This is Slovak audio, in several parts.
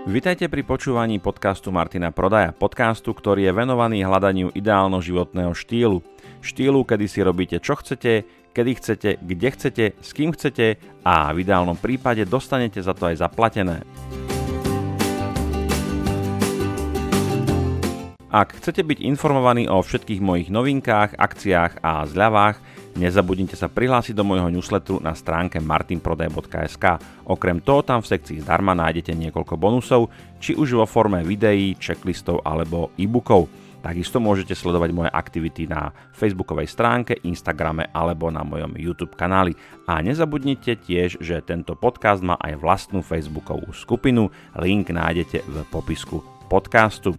Vitajte pri počúvaní podcastu Martina Prodaja, podcastu, ktorý je venovaný hľadaniu ideálneho životného štýlu. Štýlu, kedy si robíte čo chcete, kedy chcete, kde chcete, s kým chcete a v ideálnom prípade dostanete za to aj zaplatené. Ak chcete byť informovaní o všetkých mojich novinkách, akciách a zľavách, nezabudnite sa prihlásiť do môjho newsletteru na stránke martinprodaj.sk. Okrem toho tam v sekcii zdarma nájdete niekoľko bonusov, či už vo forme videí, checklistov alebo e-bookov. Takisto môžete sledovať moje aktivity na facebookovej stránke, Instagrame alebo na mojom YouTube kanáli. A nezabudnite tiež, že tento podcast má aj vlastnú facebookovú skupinu, link nájdete v popisku podcastu.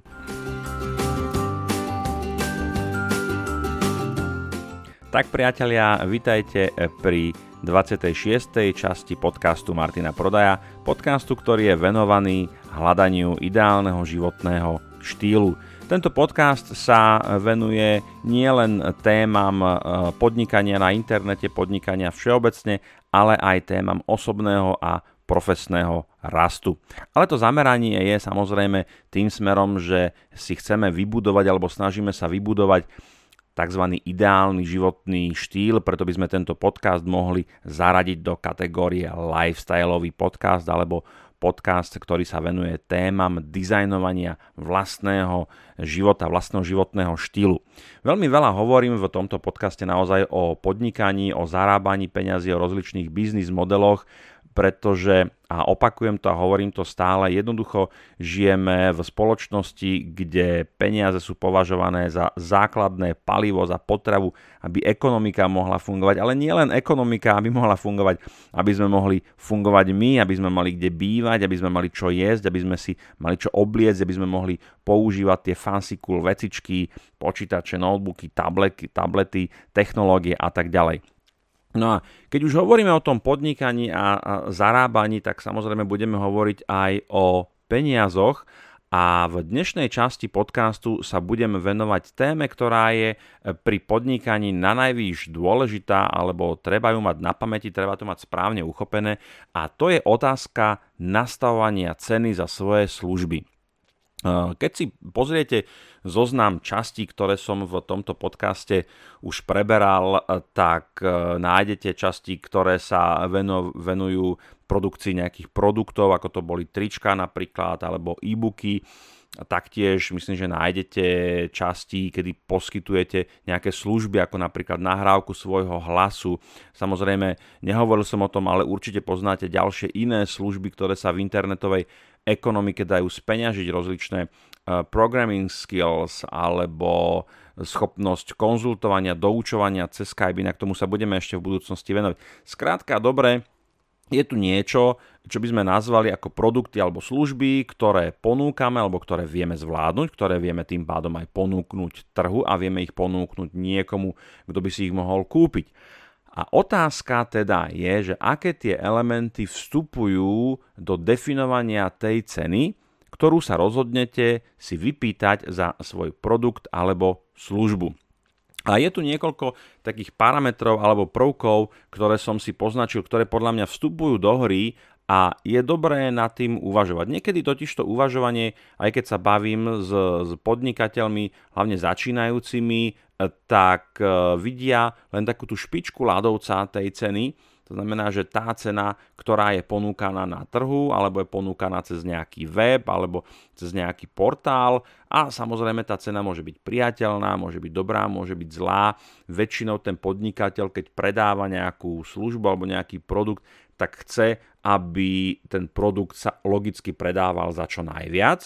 Tak priatelia, vitajte pri 26. časti podcastu Martina Prodaja, podcastu, ktorý je venovaný hľadaniu ideálneho životného štýlu. Tento podcast sa venuje nielen témam podnikania na internete, podnikania všeobecne, ale aj témam osobného a profesného rastu. Ale to zameranie je samozrejme tým smerom, že si chceme vybudovať alebo snažíme sa vybudovať tzv. Ideálny životný štýl, preto by sme tento podcast mohli zaradiť do kategórie lifestyleový podcast alebo podcast, ktorý sa venuje témam dizajnovania vlastného života, vlastného životného štýlu. Veľmi veľa hovorím v tomto podcaste naozaj o podnikaní, o zarábaní peňazí, o rozličných biznis modeloch, pretože, a opakujem to a hovorím to stále, jednoducho žijeme v spoločnosti, kde peniaze sú považované za základné palivo, za potravu, aby ekonomika mohla fungovať, ale nie len ekonomika, aby mohla fungovať, aby sme mohli fungovať my, aby sme mali kde bývať, aby sme mali čo jesť, aby sme si mali čo obliecť, aby sme mohli používať tie fancy cool vecičky, počítače, notebooky, tablety, technológie a tak ďalej. No a keď už hovoríme o tom podnikaní a zarábaní, tak samozrejme budeme hovoriť aj o peniazoch a v dnešnej časti podcastu sa budeme venovať téme, ktorá je pri podnikaní nanajvýš dôležitá, alebo treba ju mať na pamäti, treba to mať správne uchopené, a to je otázka nastavovania ceny za svoje služby. Keď si pozriete zoznam častí, ktoré som v tomto podcaste už preberal, tak nájdete časti, ktoré sa venujú produkcii nejakých produktov, ako to boli trička napríklad, alebo e-booky. Taktiež myslím, že nájdete časti, kedy poskytujete nejaké služby, ako napríklad nahrávku svojho hlasu. Samozrejme, nehovoril som o tom, ale určite poznáte ďalšie iné služby, ktoré sa v internetovej ekonomike dajú speňažiť, rozličné programming skills alebo schopnosť konzultovania, doučovania cez Skype, inak tomu sa budeme ešte v budúcnosti venovať. Skrátka, dobre, je tu niečo, čo by sme nazvali ako produkty alebo služby, ktoré ponúkame alebo ktoré vieme zvládnuť, ktoré vieme tým pádom aj ponúknuť trhu a vieme ich ponúknuť niekomu, kto by si ich mohol kúpiť. A otázka teda je, že aké tie elementy vstupujú do definovania tej ceny, ktorú sa rozhodnete si vypýtať za svoj produkt alebo službu. A je tu niekoľko takých parametrov alebo prvkov, ktoré som si poznačil, ktoré podľa mňa vstupujú do hry a je dobré nad tým uvažovať. Niekedy totiž to uvažovanie, aj keď sa bavím s podnikateľmi, hlavne začínajúcimi, tak vidia len takú tú špičku ľadovca tej ceny. To znamená, že tá cena, ktorá je ponúkaná na trhu, alebo je ponúkaná cez nejaký web, alebo cez nejaký portál, a samozrejme tá cena môže byť priateľná, môže byť dobrá, môže byť zlá. Väčšinou ten podnikateľ, keď predáva nejakú službu alebo nejaký produkt, tak chce, aby ten produkt sa logicky predával za čo najviac.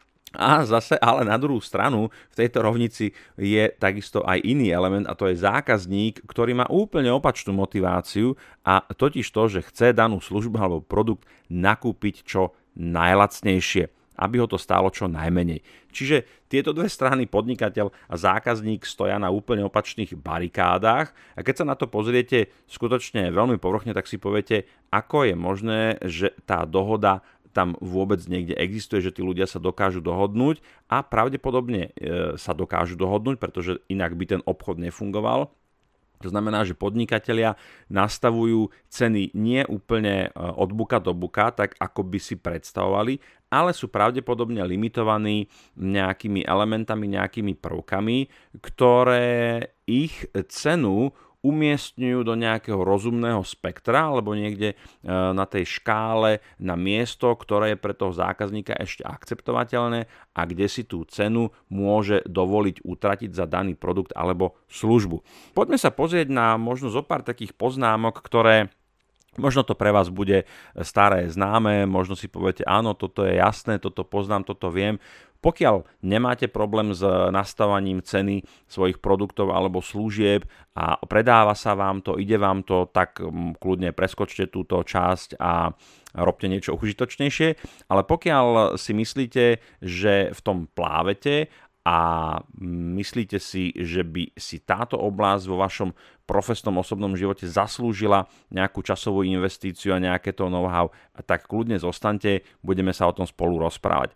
A zase, ale na druhú stranu, v tejto rovnici je takisto aj iný element, a to je zákazník, ktorý má úplne opačnú motiváciu, a totiž to, že chce danú službu alebo produkt nakúpiť čo najlacnejšie, aby ho to stálo čo najmenej. Čiže tieto dve strany, podnikateľ a zákazník, stoja na úplne opačných barikádach, a keď sa na to pozriete skutočne veľmi povrchne, tak si poviete, ako je možné, že tá dohoda tam vôbec niekde existuje, že tí ľudia sa dokážu dohodnúť, a pravdepodobne sa dokážu dohodnúť, pretože inak by ten obchod nefungoval. To znamená, že podnikatelia nastavujú ceny nie úplne od buka do buka, tak ako by si predstavovali, ale sú pravdepodobne limitovaní nejakými elementami, nejakými prvkami, ktoré ich cenu umiestňujú do nejakého rozumného spektra alebo niekde na tej škále na miesto, ktoré je pre toho zákazníka ešte akceptovateľné a kde si tú cenu môže dovoliť utratiť za daný produkt alebo službu. Poďme sa pozrieť na možno zo pár takých poznámok, ktoré možno to pre vás bude staré známe, možno si poviete, áno, toto je jasné, toto poznám, toto viem. Pokiaľ nemáte problém s nastavením ceny svojich produktov alebo služieb a predáva sa vám to, ide vám to, tak kľudne preskočte túto časť a robte niečo užitočnejšie. Ale pokiaľ si myslíte, že v tom plávete a myslíte si, že by si táto oblasť vo vašom profesnom osobnom živote zaslúžila nejakú časovú investíciu a nejaké to know-how, tak kľudne zostaňte, budeme sa o tom spolu rozprávať.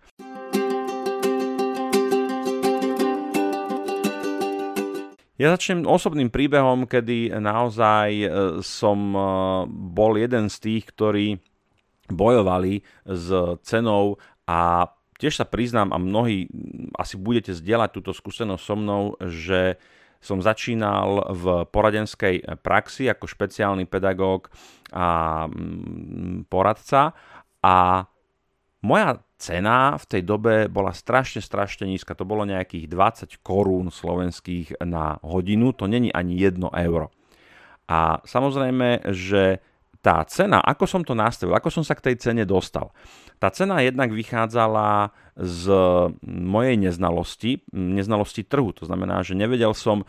Ja začnem osobným príbehom, kedy naozaj som bol jeden z tých, ktorí bojovali s cenou a tiež sa priznám, a mnohí asi budete zdieľať túto skúsenosť so mnou, že som začínal v poradenskej praxi ako špeciálny pedagóg a poradca a moja cena v tej dobe bola strašne nízka. To bolo nejakých 20 korún slovenských na hodinu, to není ani 1 euro. A samozrejme, že tá cena, ako som to nastavil, ako som sa k tej cene dostal. Tá cena jednak vychádzala z mojej neznalosti trhu. To znamená, že nevedel som,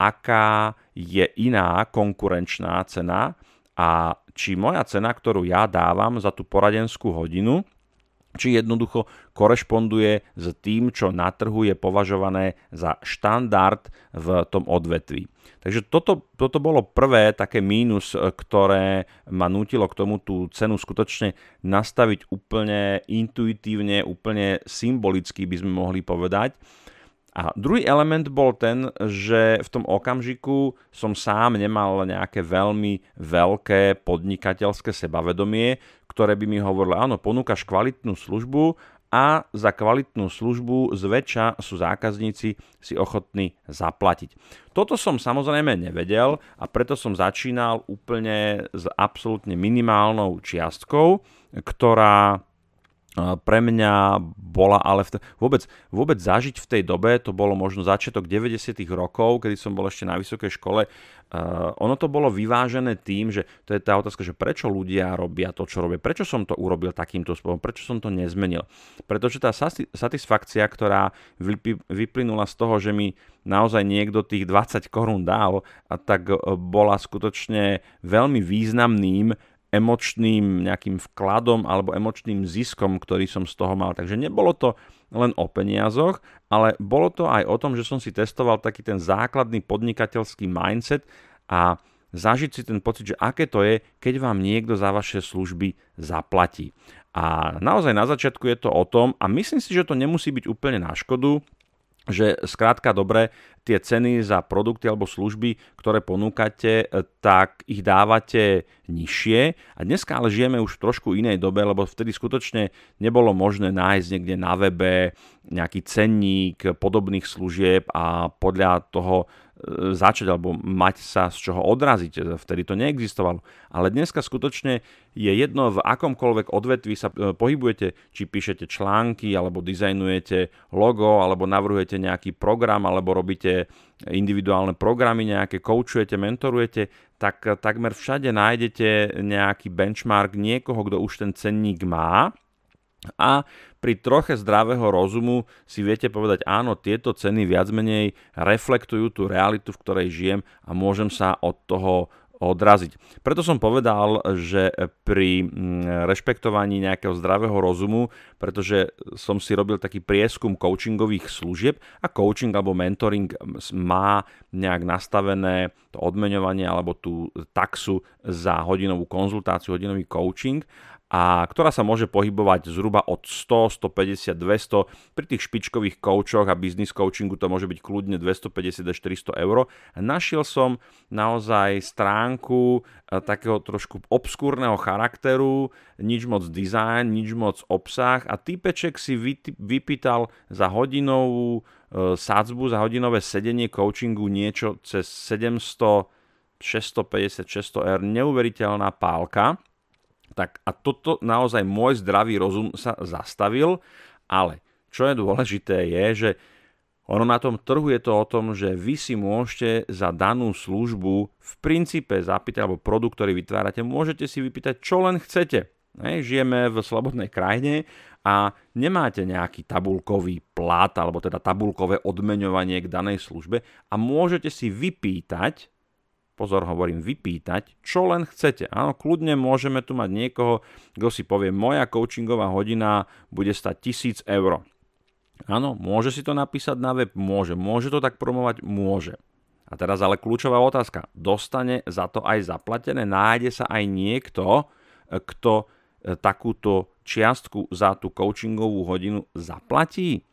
aká je iná konkurenčná cena a či moja cena, ktorú ja dávam za tú poradenskú hodinu, či jednoducho korešponduje s tým, čo na trhu je považované za štandard v tom odvetví. Takže toto bolo prvé také mínus, ktoré ma nútilo k tomu tú cenu skutočne nastaviť úplne intuitívne, úplne symbolicky by sme mohli povedať. A druhý element bol ten, že v tom okamžiku som sám nemal nejaké veľmi veľké podnikateľské sebavedomie, ktoré by mi hovorilo, áno, ponúkaš kvalitnú službu a za kvalitnú službu zväčša sú zákazníci si ochotní zaplatiť. Toto som samozrejme nevedel a preto som začínal úplne s absolútne minimálnou čiastkou, ktorá pre mňa bola, ale vôbec zažiť v tej dobe, to bolo možno začiatok 90. rokov, kedy som bol ešte na vysokej škole, ono to bolo vyvážené tým, že to je tá otázka, že prečo ľudia robia to, čo robia, prečo som to urobil takýmto spôsobom, prečo som to nezmenil. Pretože tá satisfakcia, ktorá vyplynula z toho, že mi naozaj niekto tých 20 korún dal, tak bola skutočne veľmi významným emočným nejakým vkladom alebo emočným ziskom, ktorý som z toho mal. Takže nebolo to len o peniazoch, ale bolo to aj o tom, že som si testoval taký ten základný podnikateľský mindset a zažiť si ten pocit, že aké to je, keď vám niekto za vaše služby zaplatí. A naozaj na začiatku je to o tom, a myslím si, že to nemusí byť úplne na škodu, že skrátka dobre, tie ceny za produkty alebo služby, ktoré ponúkate, tak ich dávate nižšie. A dneska ale žijeme už v trošku inej dobe, lebo vtedy skutočne nebolo možné nájsť niekde na webe nejaký cenník podobných služieb a podľa toho začať alebo mať sa z čoho odraziť. Vtedy to neexistovalo. Ale dneska skutočne je jedno, v akomkoľvek odvetví sa pohybujete, či píšete články, alebo dizajnujete logo, alebo navrhujete nejaký program, alebo robíte individuálne programy, nejaké coachujete, mentorujete, tak takmer všade nájdete nejaký benchmark niekoho, kto už ten cenník má. A pri troche zdravého rozumu si viete povedať, áno, tieto ceny viac menej reflektujú tú realitu, v ktorej žijem a môžem sa od toho odraziť. Preto som povedal, že pri rešpektovaní nejakého zdravého rozumu, pretože som si robil taký prieskum coachingových služieb a coaching alebo mentoring má nejak nastavené to odmeňovanie alebo tú taxu za hodinovú konzultáciu, hodinový coaching. a ktorá sa môže pohybovať zhruba od 100, 150, 200. Pri tých špičkových koučoch a business coachingu to môže byť kľudne 250 až 400 eur. Našiel som naozaj stránku takého trošku obskúrneho charakteru, nič moc design, nič moc obsah a týpeček si vypýtal za hodinovú sadzbu, za hodinové sedenie coachingu niečo cez 700, 650, 600 eur, neuveriteľná pálka. Tak a toto naozaj môj zdravý rozum sa zastavil, ale čo je dôležité je, že ono na tom trhu je to o tom, že vy si môžete za danú službu v princípe zapýtať, alebo produkt, ktorý vytvárate, môžete si vypýtať, čo len chcete. Žijeme v slobodnej krajine a nemáte nejaký tabuľkový plat, alebo teda tabuľkové odmeňovanie k danej službe a môžete si vypýtať, pozor, hovorím vypýtať, čo len chcete. Áno, kľudne môžeme tu mať niekoho, kto si povie, moja coachingová hodina bude stať 1000 eur. Áno, môže si to napísať na web? Môže. Môže to tak promovať? Môže. A teraz ale kľúčová otázka. Dostane za to aj zaplatené? Nájde sa aj niekto, kto takúto čiastku za tú coachingovú hodinu zaplatí?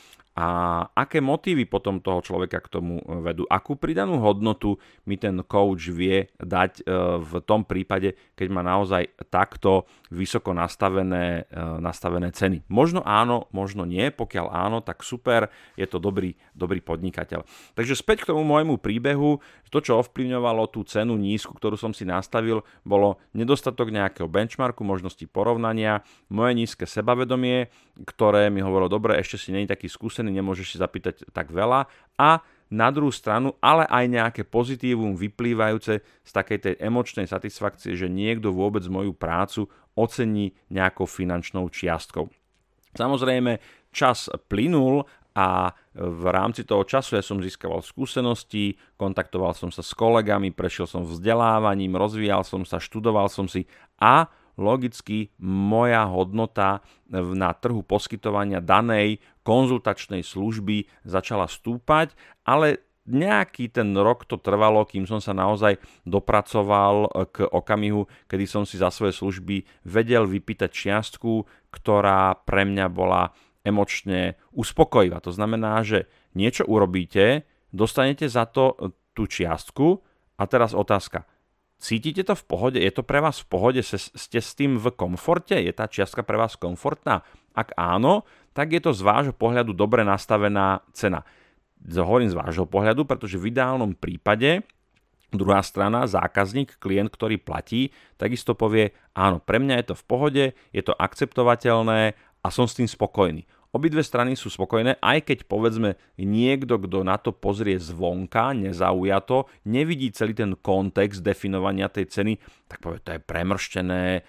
A aké motívy potom toho človeka k tomu vedú? Akú pridanú hodnotu mi ten coach vie dať v tom prípade, keď má naozaj takto vysoko nastavené ceny? Možno áno, možno nie. Pokiaľ áno, tak super, je to dobrý podnikateľ. Takže späť k tomu môjmu príbehu. To, čo ovplyvňovalo tú cenu nízku, ktorú som si nastavil, bolo nedostatok nejakého benchmarku, možnosti porovnania, moje nízke sebavedomie, ktoré mi hovorilo, dobre, ešte si nie je taký skúsený, nemôžeš si zapýtať tak veľa, a na druhú stranu, ale aj nejaké pozitívum vyplývajúce z takej tej emočnej satisfakcie, že niekto vôbec moju prácu ocení nejakou finančnou čiastkou. Samozrejme, čas plynul a v rámci toho času ja som získaval skúsenosti, kontaktoval som sa s kolegami, prešiel som vzdelávaním, rozvíjal som sa, študoval som si a logicky moja hodnota na trhu poskytovania danej konzultačnej služby začala stúpať, ale nejaký ten rok to trvalo, kým som sa naozaj dopracoval k okamihu, kedy som si za svoje služby vedel vypýtať čiastku, ktorá pre mňa bola emočne uspokojivá. To znamená, že niečo urobíte, dostanete za to tú čiastku a teraz otázka. Cítite to v pohode? Je to pre vás v pohode? Ste s tým v komforte? Je tá čiastka pre vás komfortná? Ak áno, tak je to z vášho pohľadu dobre nastavená cena. Hovorím z vášho pohľadu, pretože v ideálnom prípade druhá strana, zákazník, klient, ktorý platí, takisto povie, áno, pre mňa je to v pohode, je to akceptovateľné a som s tým spokojný. Obidve strany sú spokojné, aj keď povedzme niekto, kto na to pozrie zvonka, nezaujato, nevidí celý ten kontext definovania tej ceny, tak povie, to je premrštené,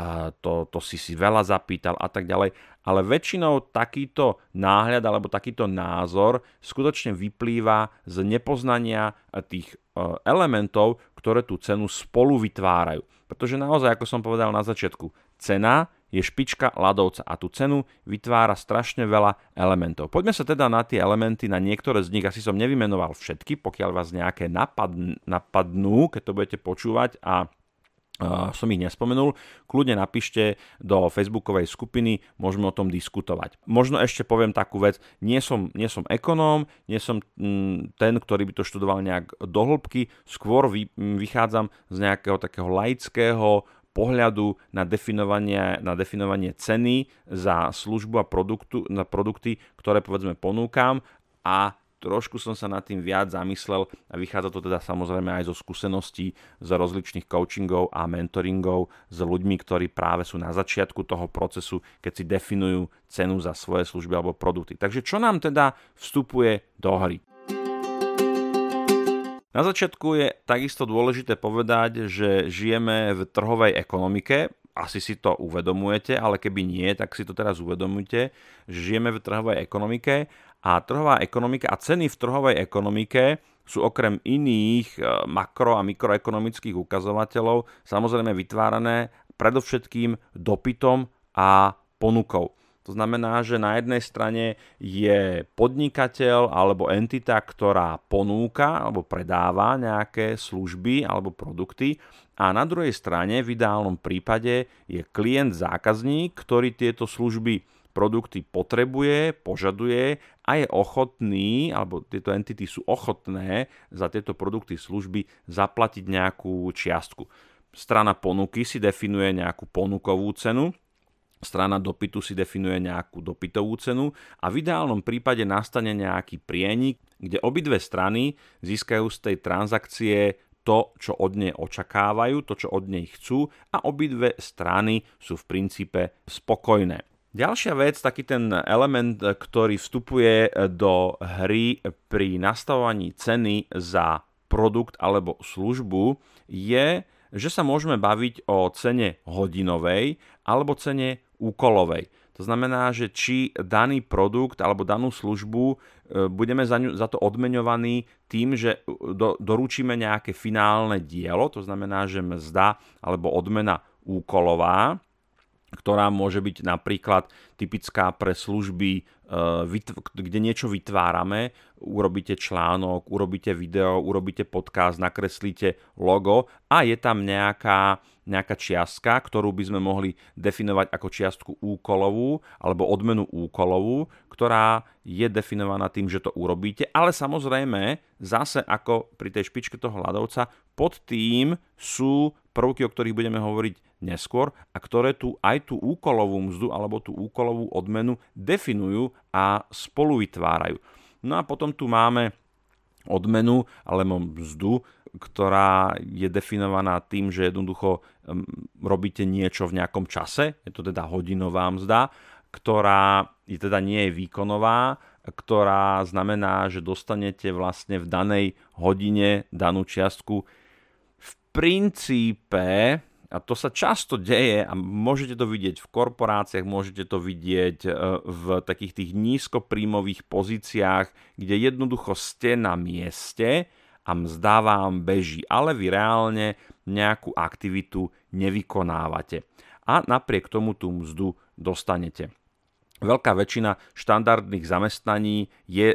to si veľa zapýtal a tak ďalej. Ale väčšinou takýto náhľad alebo takýto názor skutočne vyplýva z nepoznania tých elementov, ktoré tú cenu spolu vytvárajú. Pretože naozaj, ako som povedal na začiatku, cena je špička ľadovca a tú cenu vytvára strašne veľa elementov. Poďme sa teda na tie elementy, na niektoré z nich, asi som nevymenoval všetky, pokiaľ vás nejaké napadnú, keď to budete počúvať a som ich nespomenul, kľudne napíšte do facebookovej skupiny, môžeme o tom diskutovať. Možno ešte poviem takú vec, nie som ekonóm, nie som ten, ktorý by to študoval nejak do hĺbky, skôr vychádzam z nejakého takého laického pohľadu na definovanie ceny za službu a produkty, ktoré povedzme ponúkam, a trošku som sa nad tým viac zamyslel a vychádza to teda samozrejme aj zo skúseností z rozličných coachingov a mentoringov s ľuďmi, ktorí práve sú na začiatku toho procesu, keď si definujú cenu za svoje služby alebo produkty. Takže čo nám teda vstupuje do hry? Na začiatku je takisto dôležité povedať, že žijeme v trhovej ekonomike. Asi si to uvedomujete, ale keby nie, tak si to teraz uvedomujte, že žijeme v trhovej ekonomike a trhová ekonomika a ceny v trhovej ekonomike sú okrem iných makro- a mikroekonomických ukazovateľov samozrejme vytvárané predovšetkým dopytom a ponukou. To znamená, že na jednej strane je podnikateľ alebo entita, ktorá ponúka alebo predáva nejaké služby alebo produkty a na druhej strane v ideálnom prípade je klient, zákazník, ktorý tieto služby, produkty potrebuje, požaduje a je ochotný, alebo tieto entity sú ochotné za tieto produkty, služby zaplatiť nejakú čiastku. Strana ponuky si definuje nejakú ponukovú cenu, strana dopytu si definuje nejakú dopytovú cenu a v ideálnom prípade nastane nejaký prienik, kde obidve strany získajú z tej transakcie to, čo od nej očakávajú, to, čo od nej chcú a obidve strany sú v princípe spokojné. Ďalšia vec, taký ten element, ktorý vstupuje do hry pri nastavovaní ceny za produkt alebo službu, je, že sa môžeme baviť o cene hodinovej alebo cene úkolovej. To znamená, že či daný produkt alebo danú službu budeme za to odmeňovaní tým, že doručíme nejaké finálne dielo, to znamená, že mzda alebo odmena úkolová, ktorá môže byť napríklad typická pre služby, kde niečo vytvárame, urobíte článok, urobíte video, urobíte podcast, nakreslíte logo a je tam nejaká čiastka, ktorú by sme mohli definovať ako čiastku úkolovú alebo odmenu úkolovú, ktorá je definovaná tým, že to urobíte, ale samozrejme zase ako pri tej špičke toho ľadovca pod tým sú prvky, o ktorých budeme hovoriť neskôr a ktoré tu aj tú úkolovú mzdu alebo tú úkolovú odmenu definujú a spolu vytvárajú. No a potom tu máme odmenu alebo mzdu, ktorá je definovaná tým, že jednoducho robíte niečo v nejakom čase, je to teda hodinová mzda, ktorá teda nie je výkonová, ktorá znamená, že dostanete vlastne v danej hodine danú čiastku v princípe. A to sa často deje a môžete to vidieť v korporáciách, môžete to vidieť v takých tých nízkopríjmových pozíciách, kde jednoducho ste na mieste a mzda vám beží, ale vy reálne nejakú aktivitu nevykonávate. A napriek tomu tú mzdu dostanete. Veľká väčšina štandardných zamestnaní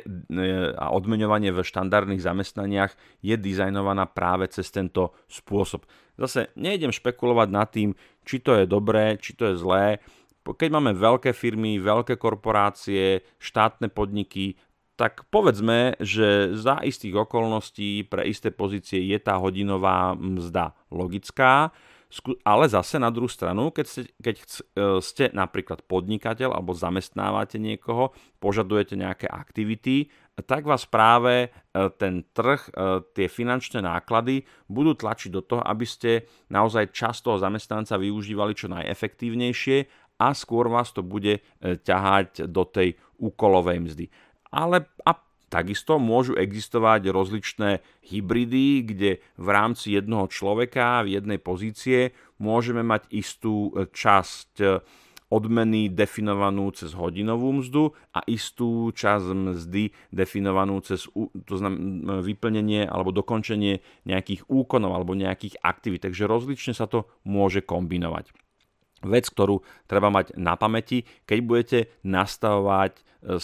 a odmeňovanie v štandardných zamestnaniach je dizajnovaná práve cez tento spôsob. Zase nejdem špekulovať nad tým, či to je dobré, či to je zlé. Keď máme veľké firmy, veľké korporácie, štátne podniky, tak povedzme, že za istých okolností pre isté pozície je tá hodinová mzda logická, ale zase na druhú stranu, keď ste napríklad podnikateľ alebo zamestnávate niekoho, požadujete nejaké aktivity, tak vás práve ten trh, tie finančné náklady budú tlačiť do toho, aby ste naozaj čas toho zamestnanca využívali čo najefektívnejšie a skôr vás to bude ťahať do tej úkolovej mzdy. Ale takisto môžu existovať rozličné hybridy, kde v rámci jednoho človeka, v jednej pozície môžeme mať istú časť odmeny definovanú cez hodinovú mzdu a istú časť mzdy definovanú cez vyplnenie alebo dokončenie nejakých úkonov alebo nejakých aktivít. Takže rozlične sa to môže kombinovať. Vec, ktorú treba mať na pamäti, keď budete nastavovať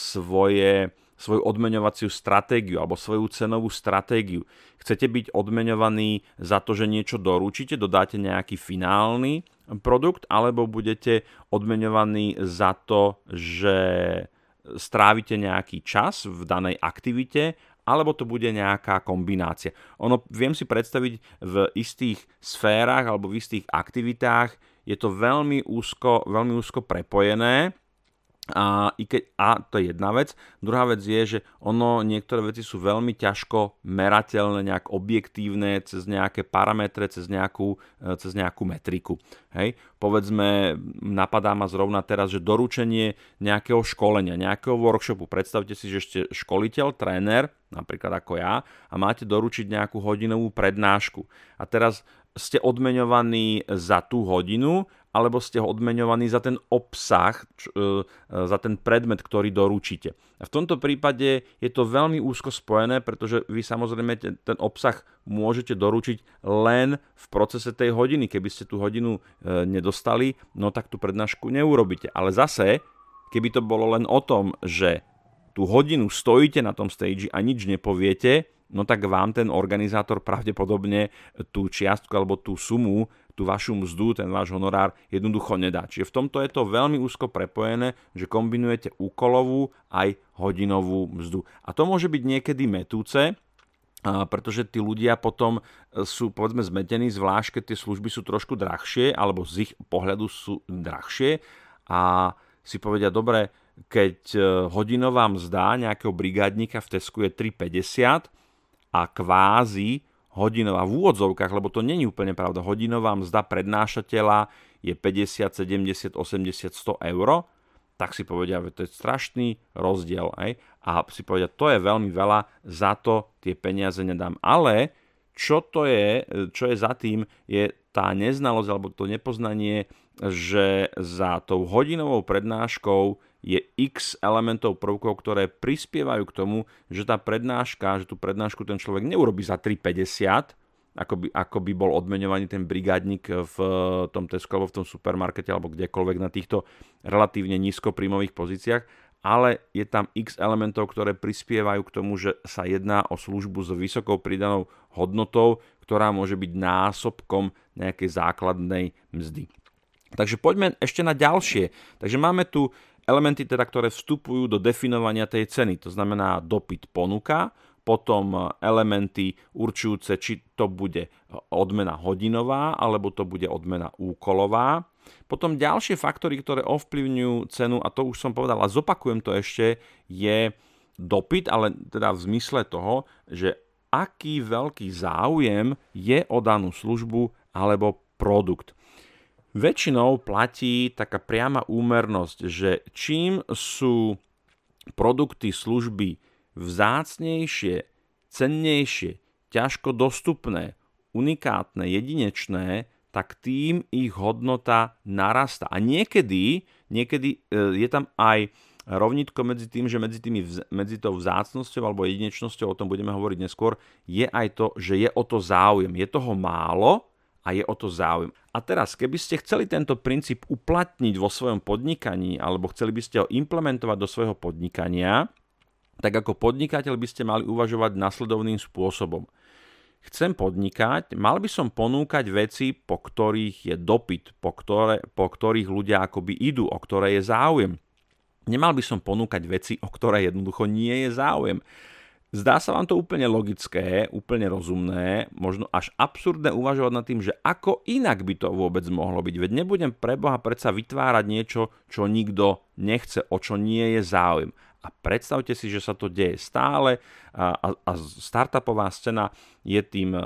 svoju odmeňovaciu stratégiu alebo svoju cenovú stratégiu. Chcete byť odmeňovaní za to, že niečo doručíte, dodáte nejaký finálny produkt, alebo budete odmeňovaní za to, že strávite nejaký čas v danej aktivite, alebo to bude nejaká kombinácia. Viem si predstaviť v istých sférach alebo v istých aktivitách je to veľmi úzko prepojené. A to je jedna vec. Druhá vec je, že niektoré veci sú veľmi ťažko merateľné, nejak objektívne cez nejaké parametre, cez nejakú metriku. Hej. Povedzme, napadá ma zrovna teraz, že doručenie nejakého školenia, nejakého workshopu. Predstavte si, že ste školiteľ, tréner, napríklad ako ja, a máte doručiť nejakú hodinovú prednášku. A teraz ste odmeňovaní za tú hodinu, alebo ste odmeňovaní za ten obsah, za ten predmet, ktorý doručíte. A v tomto prípade je to veľmi úzko spojené, pretože vy samozrejme ten obsah môžete doručiť len v procese tej hodiny. Keby ste tú hodinu nedostali, no tak tú prednášku neurobíte. Ale zase, keby to bolo len o tom, že tú hodinu stojíte na tom stage a nič nepoviete, no tak vám ten organizátor pravdepodobne tú čiastku alebo tú sumu, tú vašu mzdu, ten váš honorár jednoducho nedá. Čiže v tomto je to veľmi úzko prepojené, že kombinujete úkolovú aj hodinovú mzdu. A to môže byť niekedy mätúce, pretože tí ľudia potom sú povedzme zmetení, zvlášť keď tie služby sú trošku drahšie, alebo z ich pohľadu sú drahšie a si povedia, dobre, keď hodinová mzda nejakého brigádnika v Tesku je 3,50 a kvázi hodinová v úvodzovkách, lebo to nie je úplne pravda, hodinová mzda prednášateľa je 50, 70, 80, 100 eur, tak si povedia, že to je strašný rozdiel. Aj? A si povedia, to je veľmi veľa, za to tie peniaze nedám. Ale čo je za tým, je tá neznalosť alebo to nepoznanie, že za tou hodinovou prednáškou je x elementov, prvkov, ktoré prispievajú k tomu, že tá prednáška, že tú prednášku ten človek neurobí za 3,50, ako by bol odmeňovaný ten brigádnik v tom Tesco alebo v tom supermarkete alebo kdekoľvek na týchto relatívne nízkopríjmových pozíciách, ale je tam x elementov, ktoré prispievajú k tomu, že sa jedná o službu s vysokou pridanou hodnotou, ktorá môže byť násobkom nejakej základnej mzdy. Takže poďme ešte na ďalšie. Takže máme tu elementy, ktoré vstupujú do definovania tej ceny, to znamená dopyt, ponuka, potom elementy určujúce, či to bude odmena hodinová, alebo to bude odmena úkolová. Potom ďalšie faktory, ktoré ovplyvňujú cenu, a to už som povedal, a zopakujem to ešte, je dopyt, ale teda v zmysle toho, že aký veľký záujem je o danú službu alebo produkt. Väčšinou platí taká priama úmernosť, že čím sú produkty, služby vzácnejšie, cennejšie, ťažko dostupné, unikátne, jedinečné, tak tým ich hodnota narastá. A niekedy je tam aj rovnítko medzi tým, že medzi tou vzácnosťou alebo jedinečnosťou, o tom budeme hovoriť neskôr, je aj to, že je o to záujem. Je toho málo a je o to záujem. A teraz, keby ste chceli tento princíp uplatniť vo svojom podnikaní alebo chceli by ste ho implementovať do svojho podnikania, tak ako podnikateľ by ste mali uvažovať nasledovným spôsobom. Chcem podnikať, mal by som ponúkať veci, po ktorých je dopyt, po ktorých ľudia akoby idú, o ktoré je záujem. Nemal by som ponúkať veci, o ktoré jednoducho nie je záujem. Zdá sa vám to úplne logické, úplne rozumné, možno až absurdné uvažovať nad tým, že ako inak by to vôbec mohlo byť. Veď nebudem preboha predsa vytvárať niečo, čo nikto nechce, o čo nie je záujem. A predstavte si, že sa to deje stále a startupová scéna je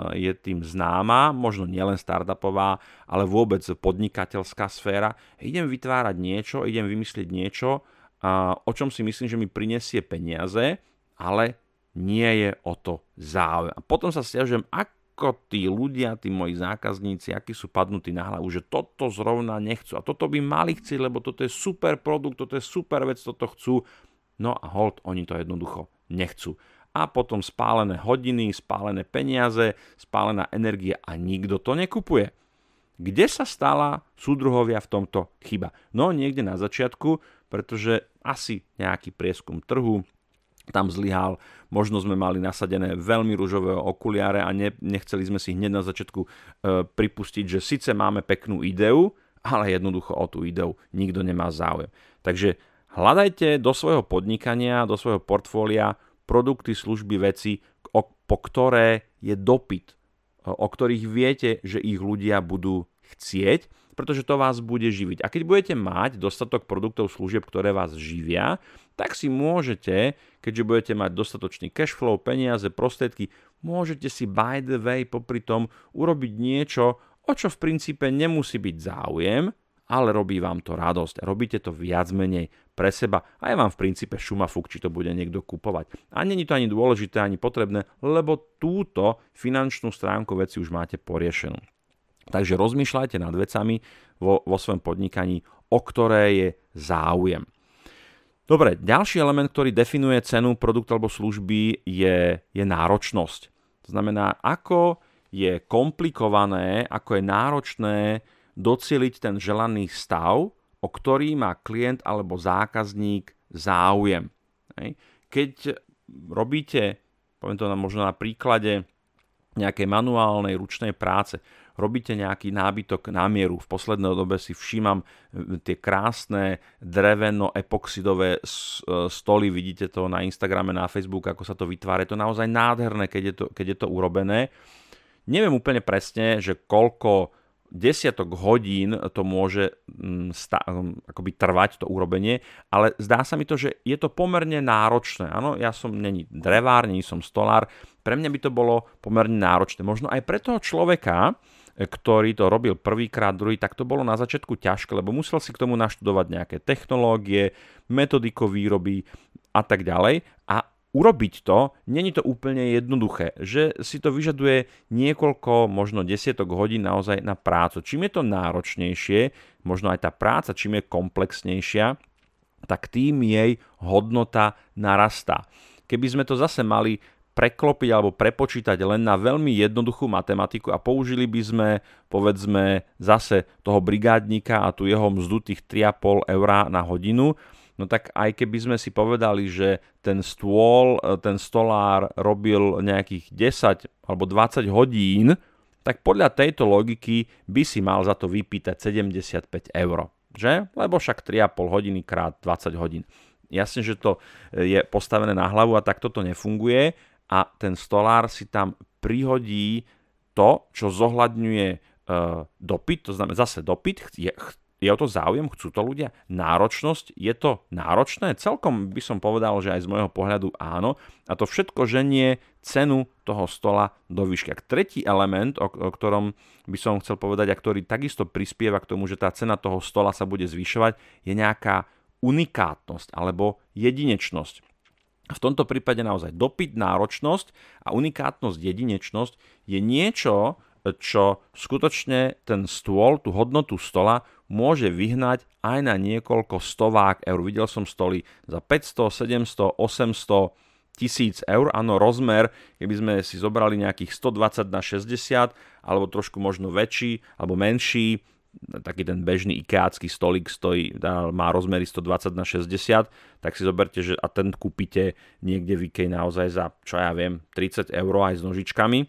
tým známa, možno nielen startupová, ale vôbec podnikateľská sféra. Idem vytvárať niečo, idem vymyslieť niečo, o čom si myslím, že mi prinesie peniaze, ale nie je o to záujem. A potom sa sťažujem, ako tí ľudia, tí moji zákazníci, akí sú padnutí na hlavu, že toto zrovna nechcú. A toto by mali chcieť, lebo toto je super produkt, toto je super vec, toto chcú. No a hold, oni to jednoducho nechcú. A potom spálené hodiny, spálené peniaze, spálená energia a nikto to nekupuje. Kde sa stala súdruhovia v tomto chyba? No niekde na začiatku, pretože asi nejaký prieskum trhu tam zlyhal, možno sme mali nasadené veľmi ružové okuliare a nechceli sme si hneď na začiatku pripustiť, že síce máme peknú ideu, ale jednoducho o tú ideu nikto nemá záujem. Takže hľadajte do svojho podnikania, do svojho portfólia produkty, služby, veci, po ktoré je dopyt, o ktorých viete, že ich ľudia budú chcieť, pretože to vás bude živiť. A keď budete mať dostatok produktov, služieb, ktoré vás živia, tak si môžete, keďže budete mať dostatočný cash flow, peniaze, prostriedky, môžete si by the way popri tom urobiť niečo, o čo v princípe nemusí byť záujem, ale robí vám to radosť. Robíte to viac menej pre seba a je vám v princípe šumafuk, či to bude niekto kupovať. A nie je to ani dôležité, ani potrebné, lebo túto finančnú stránku veci už máte poriešenú. Takže rozmýšľajte nad vecami vo svojom podnikaní, o ktoré je záujem. Dobre, ďalší element, ktorý definuje cenu produktu alebo služby je náročnosť. To znamená, ako je komplikované, ako je náročné docieliť ten želaný stav, o ktorý má klient alebo zákazník záujem. Keď robíte, poviem to možno na príklade nejakej manuálnej ručnej práce, robíte nejaký nábytok na mieru. V poslednej dobe si všímam tie krásne dreveno-epoxidové stoly, vidíte to na Instagrame, na Facebooku, ako sa to vytvára. Je to naozaj nádherné, keď je to urobené. Neviem úplne presne, že koľko desiatok hodín to môže akoby trvať, to urobenie, ale zdá sa mi to, že je to pomerne náročné. Áno, ja som není drevár, není som stolár, pre mňa by to bolo pomerne náročné. Možno aj pre toho človeka, ktorý to robil prvýkrát, druhý, tak to bolo na začiatku ťažké, lebo musel si k tomu naštudovať nejaké technológie, metodiku výroby a tak ďalej. A urobiť to, není to úplne jednoduché, že si to vyžaduje niekoľko, možno desiatok hodín naozaj na prácu. Čím je to náročnejšie, možno aj tá práca, čím je komplexnejšia, tak tým jej hodnota narastá. Keby sme to zase mali preklopiť alebo prepočítať len na veľmi jednoduchú matematiku a použili by sme, povedzme, zase toho brigádnika a tu jeho mzdu tých 3,5 eur na hodinu, no tak aj keby sme si povedali, že ten stôl, ten stolár robil nejakých 10 alebo 20 hodín, tak podľa tejto logiky by si mal za to vypýtať 75 eur. Že? Lebo však 3,5 hodiny krát 20 hodín. Jasne, že to je postavené na hlavu a takto to nefunguje a ten stolár si tam prihodí to, čo zohľadňuje dopyt, to znamená zase dopyt, je o to záujem, chcú to ľudia? Náročnosť, je to náročné? Celkom by som povedal, že aj z môjho pohľadu áno. A to všetko ženie cenu toho stola do výšky. A tretí element, o ktorom by som chcel povedať a ktorý takisto prispieva k tomu, že tá cena toho stola sa bude zvyšovať, je nejaká unikátnosť alebo jedinečnosť. V tomto prípade naozaj dopyt, náročnosť a unikátnosť, jedinečnosť je niečo, čo skutočne ten stôl, tú hodnotu stola môže vyhnať aj na niekoľko stovák eur. Videl som stoly za 500, 700, 800, 1000 eur. Áno, rozmer, keby sme si zobrali nejakých 120 na 60 alebo trošku možno väčší alebo menší, taký ten bežný ikeácky stolík má rozmery 120 na 60, tak si zoberte, že a ten kúpite niekde v Ikei naozaj za, čo ja viem, 30 eur aj s nožičkami.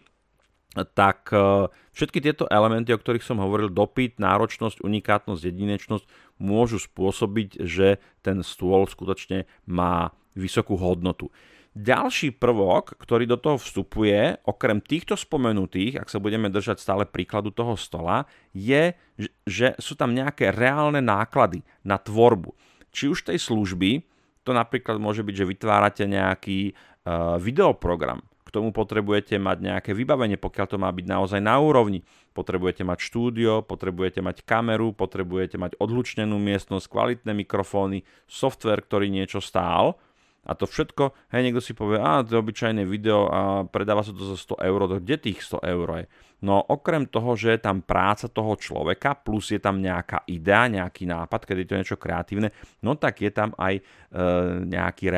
Tak všetky tieto elementy, o ktorých som hovoril, dopyt, náročnosť, unikátnosť, jedinečnosť, môžu spôsobiť, že ten stôl skutočne má vysokú hodnotu. Ďalší prvok, ktorý do toho vstupuje, okrem týchto spomenutých, ak sa budeme držať stále príkladu toho stola, je, že sú tam nejaké reálne náklady na tvorbu. Či už tej služby, to napríklad môže byť, že vytvárate nejaký videoprogram, k tomu potrebujete mať nejaké vybavenie, pokiaľ to má byť naozaj na úrovni. Potrebujete mať štúdio, potrebujete mať kameru, potrebujete mať odhlučnenú miestnosť, kvalitné mikrofóny, software, ktorý niečo stál. A to všetko, niekto si povie, to je obyčajné video a predáva sa to za 100 eur, kde tých 100 eur je? No okrem toho, že je tam práca toho človeka, plus je tam nejaká idea, nejaký nápad, keď je to niečo kreatívne, no tak je tam aj nejaký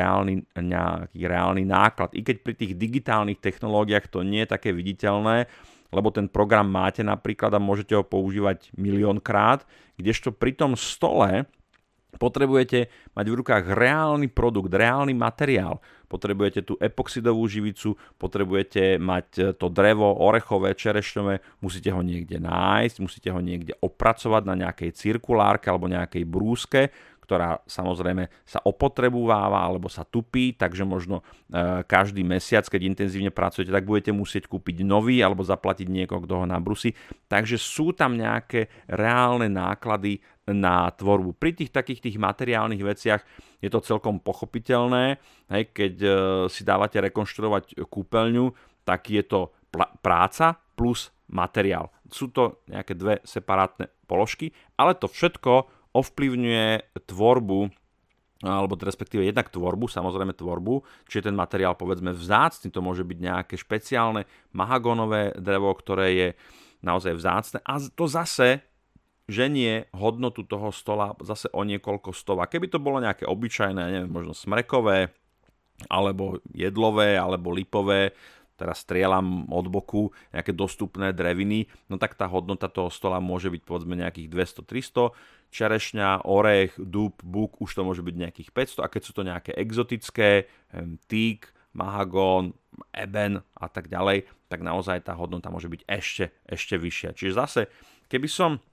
reálny náklad. I keď pri tých digitálnych technológiách to nie je také viditeľné, lebo ten program máte napríklad a môžete ho používať miliónkrát, kdežto pri tom stole potrebujete mať v rukách reálny produkt, reálny materiál. Potrebujete tú epoxidovú živicu, potrebujete mať to drevo, orechové, čerešňové, musíte ho niekde nájsť, musíte ho niekde opracovať na nejakej cirkulárke alebo nejakej brúske, ktorá samozrejme sa opotrebúváva alebo sa tupí, takže možno každý mesiac, keď intenzívne pracujete, tak budete musieť kúpiť nový alebo zaplatiť niekoho, kto ho nabrusí. Takže sú tam nejaké reálne náklady na tvorbu. Pri takých materiálnych veciach je to celkom pochopiteľné. Keď si dávate rekonštruovať kúpeľňu, tak je to práca plus materiál. Sú to nejaké dve separátne položky, ale to všetko ovplyvňuje tvorbu, alebo respektíve jednak tvorbu, samozrejme tvorbu, čiže ten materiál povedzme vzácny, to môže byť nejaké špeciálne mahagónové drevo, ktoré je naozaj vzácne a to zase ženie hodnotu toho stola zase o niekoľko stovák. Keby to bolo nejaké obyčajné, neviem, možno smrekové, alebo jedlové, alebo lipové, teraz strieľam od boku nejaké dostupné dreviny, no tak tá hodnota toho stola môže byť povedzme nejakých 200-300, čerešňa, orech, dub, buk, už to môže byť nejakých 500, a keď sú to nejaké exotické, teak, mahagón, eben a tak ďalej, tak naozaj tá hodnota môže byť ešte vyššia. Čiže zase, keby som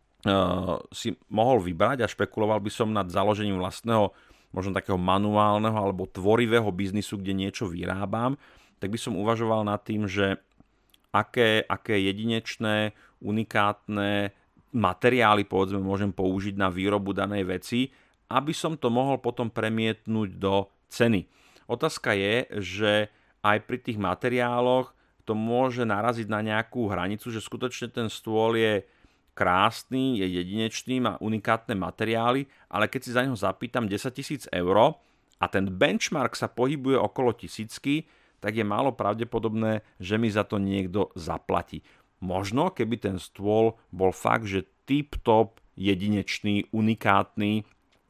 si mohol vybrať a špekuloval by som nad založením vlastného, možno takého manuálneho alebo tvorivého biznisu, kde niečo vyrábam, tak by som uvažoval nad tým, že aké jedinečné, unikátne materiály povedzme môžem použiť na výrobu danej veci, aby som to mohol potom premietnúť do ceny. Otázka je, že aj pri tých materiáloch to môže naraziť na nejakú hranicu, že skutočne ten stôl je krásny, je jedinečný, má unikátne materiály, ale keď si za neho zapýtam 10 000 eur a ten benchmark sa pohybuje okolo 1000, tak je málo pravdepodobné, že mi za to niekto zaplatí. Možno, keby ten stôl bol fakt, že tip-top, jedinečný, unikátny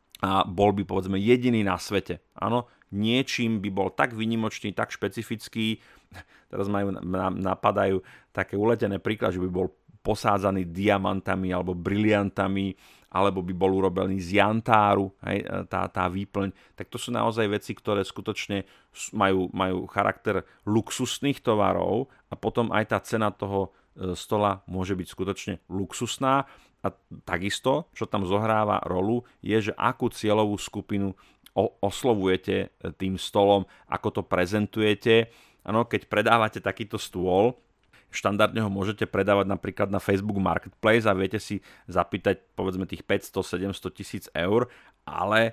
a bol by povedzme jediný na svete. Áno, niečím by bol tak výnimočný, tak špecifický, teraz napadajú také uletené príklady, že by bol posádzaný diamantami alebo briliantami, alebo by bol urobený z jantáru, hej, tá výplň, tak to sú naozaj veci, ktoré skutočne majú charakter luxusných tovarov a potom aj tá cena toho stola môže byť skutočne luxusná. A takisto, čo tam zohráva rolu, je, že akú cieľovú skupinu oslovujete tým stolom, ako to prezentujete. Ano, keď predávate takýto stôl, štandardne ho môžete predávať napríklad na Facebook Marketplace a viete si zapýtať povedzme tých 500-700 000 eur, ale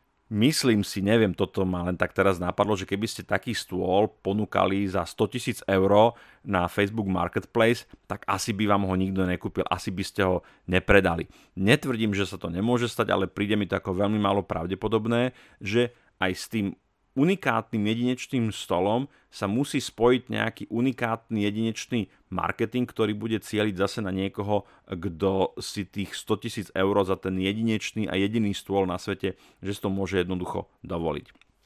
myslím si, neviem, toto ma len tak teraz napadlo, že keby ste taký stôl ponúkali za 100 000 eur na Facebook Marketplace, tak asi by vám ho nikto nekúpil, asi by ste ho nepredali. Netvrdím, že sa to nemôže stať, ale príde mi to ako veľmi málo pravdepodobné, že aj s tým unikátnym jedinečným stolom sa musí spojiť nejaký unikátny jedinečný marketing, ktorý bude cieliť zase na niekoho, kto si tých 100 000 eur za ten jedinečný a jediný stôl na svete, že si to môže jednoducho dovoliť.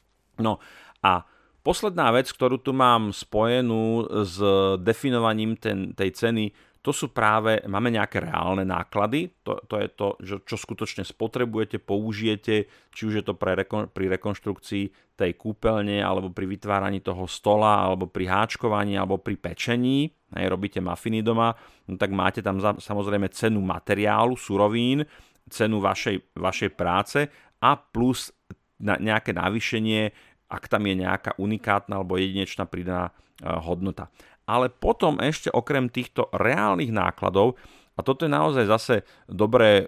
No a posledná vec, ktorú tu mám spojenú s definovaním tej ceny, to sú práve, máme nejaké reálne náklady, to je to, čo skutočne spotrebujete, použijete, či už je to pri rekonštrukcii tej kúpeľne, alebo pri vytváraní toho stola, alebo pri háčkovaní, alebo pri pečení, robíte mafiny doma, no tak máte tam samozrejme cenu materiálu, surovín, cenu vašej práce a plus nejaké navýšenie, ak tam je nejaká unikátna alebo jedinečná pridaná hodnota. Ale potom ešte okrem týchto reálnych nákladov, a toto je naozaj zase dobré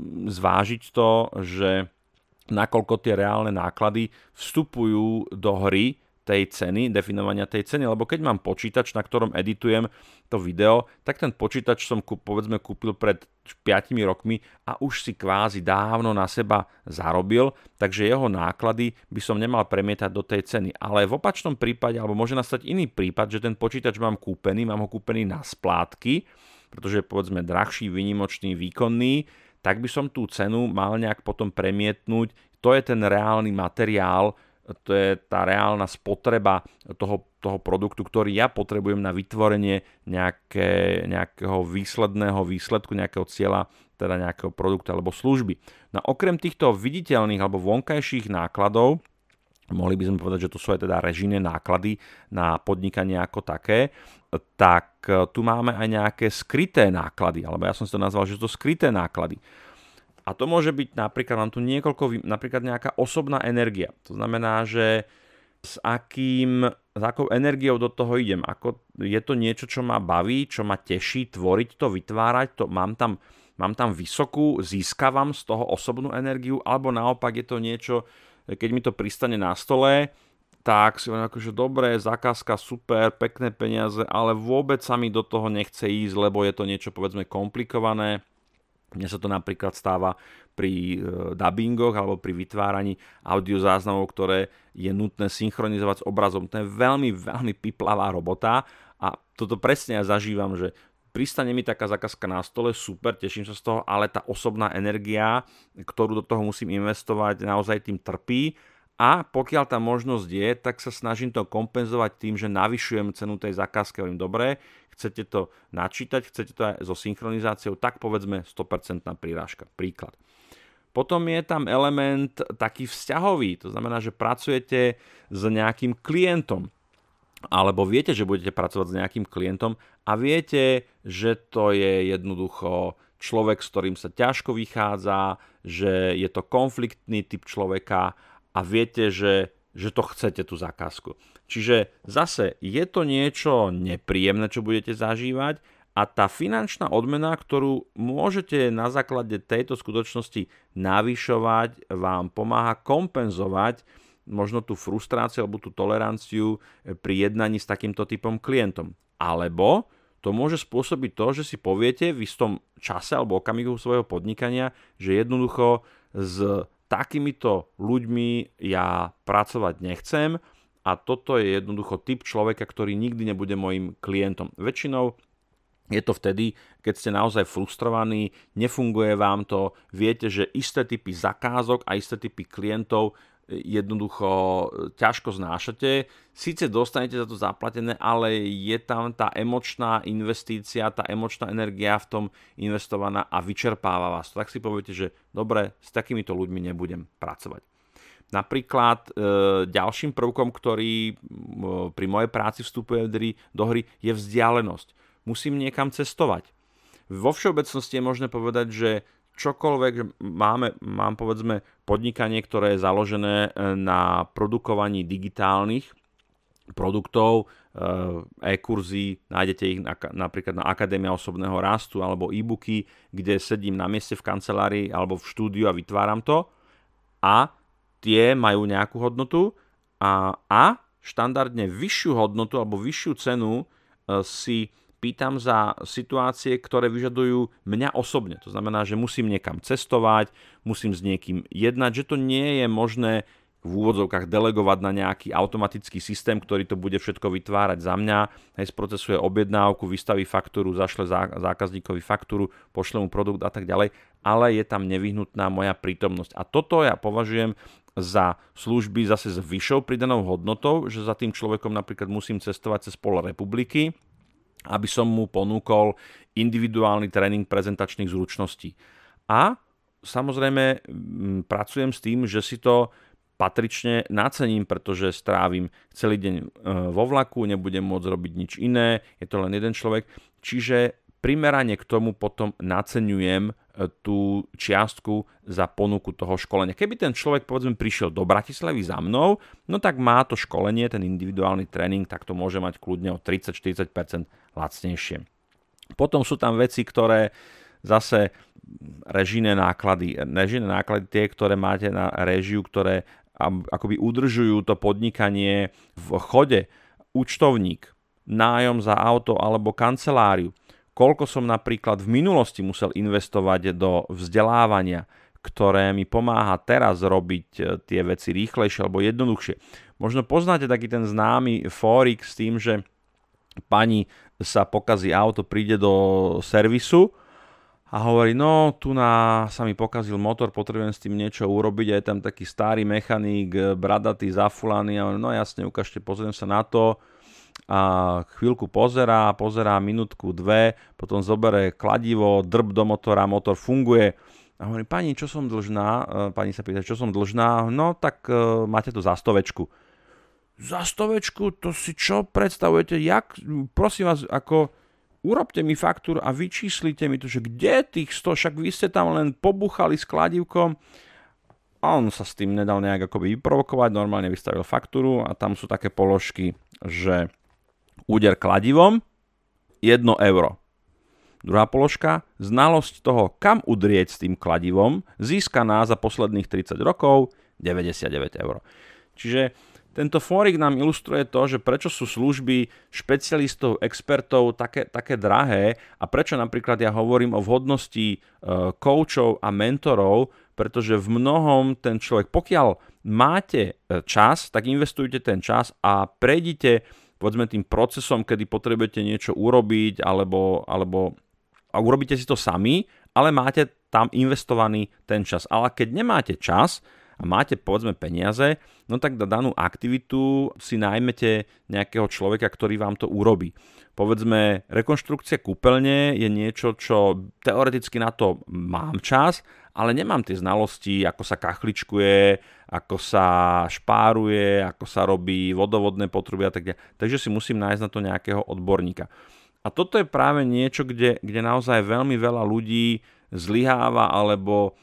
zvážiť to, že nakoľko tie reálne náklady vstupujú do hry tej ceny, definovania tej ceny, lebo keď mám počítač, na ktorom editujem to video, tak ten počítač som povedzme kúpil pred 5 rokmi a už si kvázi dávno na seba zarobil, takže jeho náklady by som nemal premietať do tej ceny. Ale v opačnom prípade, alebo môže nastať iný prípad, že ten počítač mám ho kúpený na splátky, pretože je povedzme drahší, výnimočný, výkonný, tak by som tú cenu mal nejak potom premietnúť. To je ten reálny materiál, to je tá reálna spotreba toho produktu, ktorý ja potrebujem na vytvorenie nejakého výsledku, nejakého cieľa, teda nejakého produktu alebo služby. No okrem týchto viditeľných alebo vonkajších nákladov, mohli by sme povedať, že to sú aj teda režijné náklady na podnikanie ako také, tak tu máme aj nejaké skryté náklady, alebo ja som si to nazval, že to sú skryté náklady. A to môže byť napríklad, mám tu napríklad nejaká osobná energia. To znamená, že s akou energiou do toho idem. Je to niečo, čo ma baví, čo ma teší, tvoriť to, vytvárať to, mám tam vysokú, získavam z toho osobnú energiu, alebo naopak je to niečo, keď mi to pristane na stole, tak si hovorím akože dobré, zákazka, super, pekné peniaze, ale vôbec sa mi do toho nechce ísť, lebo je to niečo povedzme komplikované. Mne sa to napríklad stáva pri dubbingoch alebo pri vytváraní audiozáznamov, ktoré je nutné synchronizovať s obrazom. To je veľmi, veľmi piplavá robota a toto presne ja zažívam, že pristane mi taká zákazka na stole, super, teším sa z toho, ale tá osobná energia, ktorú do toho musím investovať, naozaj tým trpí A pokiaľ tá možnosť je, tak sa snažím to kompenzovať tým, že navyšujem cenu tej zakázky. Hovorím, dobre, chcete to načítať, chcete to aj so synchronizáciou, tak povedzme 100% prírážka. Príklad. Potom je tam element taký vzťahový, to znamená, že pracujete s nejakým klientom, alebo viete, že budete pracovať s nejakým klientom a viete, že to je jednoducho človek, s ktorým sa ťažko vychádza, že je to konfliktný typ človeka a viete, že to chcete tú zakázku. Čiže zase je to niečo nepríjemné, čo budete zažívať, a tá finančná odmena, ktorú môžete na základe tejto skutočnosti navyšovať, vám pomáha kompenzovať možno tú frustráciu alebo tú toleranciu pri jednaní s takýmto typom klientom. Alebo to môže spôsobiť to, že si poviete v istom čase alebo okamihu svojho podnikania, že jednoducho s takýmito ľuďmi ja pracovať nechcem a toto je jednoducho typ človeka, ktorý nikdy nebude môjim klientom. Väčšinou je to vtedy, keď ste naozaj frustrovaní, nefunguje vám to, viete, že isté typy zakázok a isté typy klientov jednoducho ťažko znášate. Síce dostanete za to zaplatené, ale je tam tá emočná investícia, tá emočná energia v tom investovaná a vyčerpáva vás. Tak si poviete, že dobre, s takýmito ľuďmi nebudem pracovať. Napríklad ďalším prvkom, ktorý pri mojej práci vstupuje do hry, je vzdialenosť. Musím niekam cestovať. Vo všeobecnosti je možné povedať, že čokoľvek mám povedzme podnikanie, ktoré je založené na produkovaní digitálnych produktov, e-kurzy, nájdete ich napríklad na Akadémia osobného rastu alebo e-booky, kde sedím na mieste v kancelárii alebo v štúdiu a vytváram to a tie majú nejakú hodnotu a štandardne vyššiu hodnotu alebo vyššiu cenu si pýtam za situácie, ktoré vyžadujú mňa osobne. To znamená, že musím niekam cestovať, musím s niekým jednať, že to nie je možné v úvodzovkách delegovať na nejaký automatický systém, ktorý to bude všetko vytvárať za mňa, sprocesuje objednávku, vystaví faktúru, zašle zákazníkovi faktúru, pošle mu produkt a tak ďalej, ale je tam nevyhnutná moja prítomnosť. A toto ja považujem za služby zase s vyššou pridanou hodnotou, že za tým človekom napríklad musím cestovať cez pol republiky, aby som mu ponúkol individuálny tréning prezentačných zručností. A samozrejme pracujem s tým, že si to patrične nacením, pretože strávim celý deň vo vlaku, nebudem môcť robiť nič iné, je to len jeden človek, čiže primerane k tomu potom naceňujem tú čiastku za ponuku toho školenia. Keby ten človek povedzme prišiel do Bratislavy za mnou, no tak má to školenie, ten individuálny tréning, tak to môže mať kľudne o 30-40% lacnejšie. Potom sú tam veci, ktoré zase režijné náklady tie, ktoré máte na režiu, ktoré akoby udržujú to podnikanie v chode, účtovník, nájom za auto alebo kanceláriu. Koľko som napríklad v minulosti musel investovať do vzdelávania, ktoré mi pomáha teraz robiť tie veci rýchlejšie alebo jednoduchšie. Možno poznáte taký ten známy fórik s tým, že pani sa pokazí auto, príde do servisu a hovorí, no tu sa mi pokazil motor, potrebujem s tým niečo urobiť a je tam taký starý mechanik, bradatý, zafulaný a no jasne, ukážte, pozriem sa na to. A chvíľku pozerá minútku, dve, potom zoberie kladivo, drb do motora, motor funguje. A hovorí, pani, čo som dlžná? Pani sa pýta, čo som dlžná? No tak máte to za 100. Za 100? To si čo predstavujete? Prosím vás, ako urobte mi faktúru a vyčíslite mi to, že kde tých 100? Však vy ste tam len pobuchali s kladivkom. A on sa s tým nedal nejak akoby vyprovokovať, normálne vystavil faktúru a tam sú také položky, že úder kladivom 1 euro. Druhá položka, znalosť toho, kam udrieť s tým kladivom, získaná za posledných 30 rokov 99 eur. Čiže tento fórik nám ilustruje to, že prečo sú služby špecialistov, expertov také drahé a prečo napríklad ja hovorím o vhodnosti koučov a mentorov, pretože v mnohom ten človek, pokiaľ máte čas, tak investujte ten čas a prejdite povedzme tým procesom, kedy potrebujete niečo urobiť alebo a urobíte si to sami, ale máte tam investovaný ten čas. Ale keď nemáte čas a máte povedzme peniaze, no tak na danú aktivitu si nájmete nejakého človeka, ktorý vám to urobí. Povedzme, rekonštrukcia kúpeľne je niečo, čo teoreticky na to mám čas, ale nemám tie znalosti, ako sa kachličkuje, ako sa špáruje, ako sa robí vodovodné potruby a tak ďalej. Takže si musím nájsť na to nejakého odborníka. A toto je práve niečo, kde naozaj veľmi veľa ľudí zlyháva alebo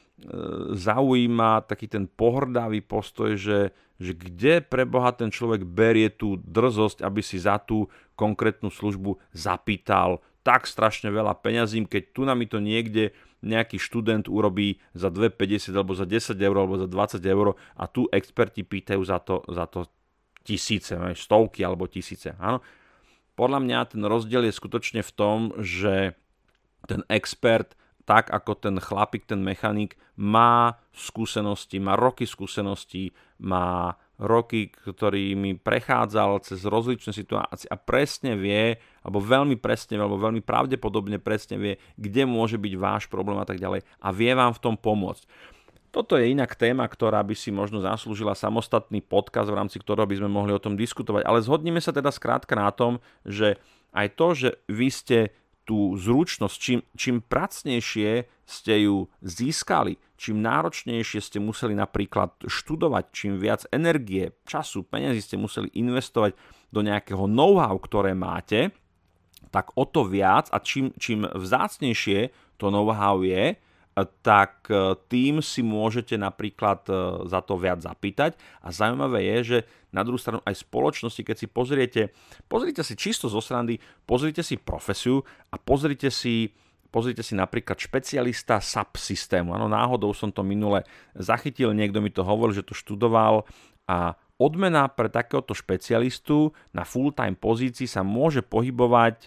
zaujíma taký ten pohrdavý postoj, že kde pre Boha ten človek berie tú drzosť, aby si za tú konkrétnu službu zapýtal tak strašne veľa peňazí, keď tu na mi to niekde nejaký študent urobí za 2,50 alebo za 10 eur alebo za 20 eur a tu experti pýtajú za to tisíce, stovky alebo tisíce. Áno? Podľa mňa ten rozdiel je skutočne v tom, že ten expert, tak ako ten chlapík, ten mechanik, má skúsenosti, má roky skúseností, má roky, ktorými prechádzal cez rozličné situácie a presne vie, alebo veľmi presne, alebo veľmi pravdepodobne presne vie, kde môže byť váš problém a tak ďalej a vie vám v tom pomôcť. Toto je inak téma, ktorá by si možno zaslúžila samostatný podcast, v rámci ktorého by sme mohli o tom diskutovať, ale zhodníme sa teda skrátka na tom, že aj to, že vy ste tú zručnosť, čím pracnejšie ste ju získali, čím náročnejšie ste museli napríklad študovať, čím viac energie, času, peniazy ste museli investovať do nejakého know-how, ktoré máte, tak o to viac a čím vzácnejšie to know-how je, tak tým si môžete napríklad za to viac zapýtať. A zaujímavé je, že na druhú stranu aj spoločnosti, keď si pozrite si čisto zo srandy, pozrite si profesiu a pozrite si napríklad špecialista SAP systému. Áno, náhodou som to minule zachytil, niekto mi to hovoril, že to študoval a odmena pre takéhoto špecialistu na full-time pozícii sa môže pohybovať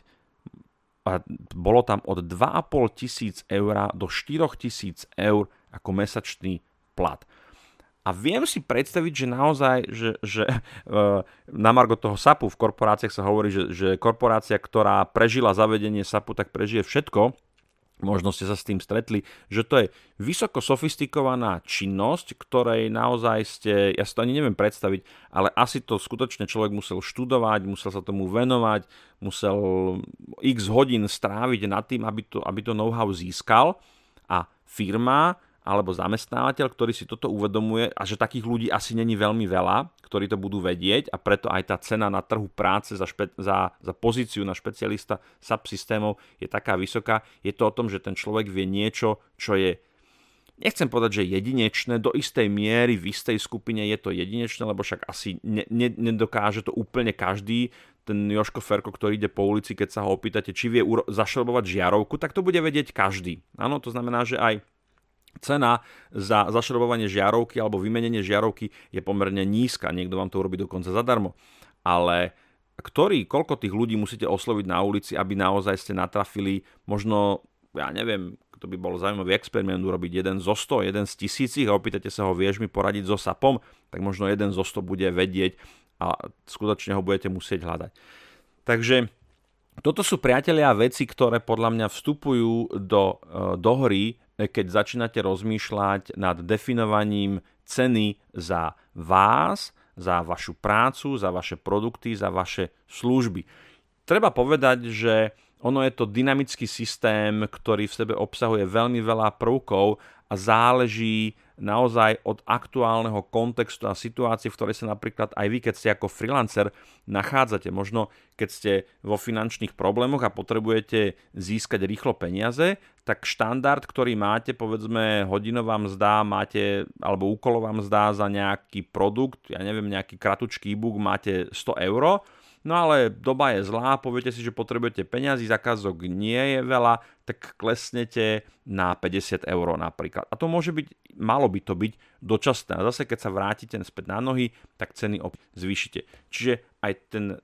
a bolo tam od 2,5 000 eur do 4 000 eur ako mesačný plat. A viem si predstaviť, že naozaj, že na margo toho SAPu v korporáciách sa hovorí, že korporácia, ktorá prežila zavedenie SAPu, tak prežije všetko. Možno ste sa s tým stretli, že to je vysoko sofistikovaná činnosť, ktorej naozaj ja si to ani neviem predstaviť, ale asi to skutočne človek musel študovať, musel sa tomu venovať, musel x hodín stráviť nad tým, aby to know-how získal a firma alebo zamestnávateľ, ktorý si toto uvedomuje a že takých ľudí asi není veľmi veľa, ktorí to budú vedieť a preto aj tá cena na trhu práce za pozíciu na špecialista SAP systémov je taká vysoká. Je to o tom, že ten človek vie niečo, čo je, nechcem povedať, že jedinečné, do istej miery v istej skupine je to jedinečné, lebo však asi nedokáže to úplne každý. Ten Jožko Ferko, ktorý ide po ulici, keď sa ho opýtate, či vie zašrobovať žiarovku, tak to bude vedieť každý. Áno, to znamená, že aj cena za zašrobovanie žiarovky alebo vymenenie žiarovky je pomerne nízka. Niekto vám to urobí dokonca zadarmo. Ale koľko tých ľudí musíte osloviť na ulici, aby naozaj ste natrafili, možno, ja neviem, to by bol zaujímavý experiment urobiť jeden zo 100, jeden z tisícich a opýtate sa ho, vieš mi poradiť so SAPom, tak možno jeden zo 100 bude vedieť a skutočne ho budete musieť hľadať. Takže toto sú, priatelia, veci, ktoré podľa mňa vstupujú do hry, keď začínate rozmýšľať nad definovaním ceny za vás, za vašu prácu, za vaše produkty, za vaše služby. Treba povedať, že ono je to dynamický systém, ktorý v sebe obsahuje veľmi veľa prvkov a záleží naozaj od aktuálneho kontextu a situácie, v ktorej sa napríklad aj vy, keď ste ako freelancer nachádzate. Možno keď ste vo finančných problémoch a potrebujete získať rýchlo peniaze, tak štandard, ktorý máte, povedzme hodinová mzda, alebo úkolová mzda za nejaký produkt, ja neviem, nejaký kratučký e-book máte 100 €, no ale doba je zlá, poviete si, že potrebujete peniazy, zákazok nie je veľa, tak klesnete na 50 € napríklad. A to malo by to byť dočasné. A zase keď sa vrátite späť na nohy, tak ceny zvýšite. Čiže aj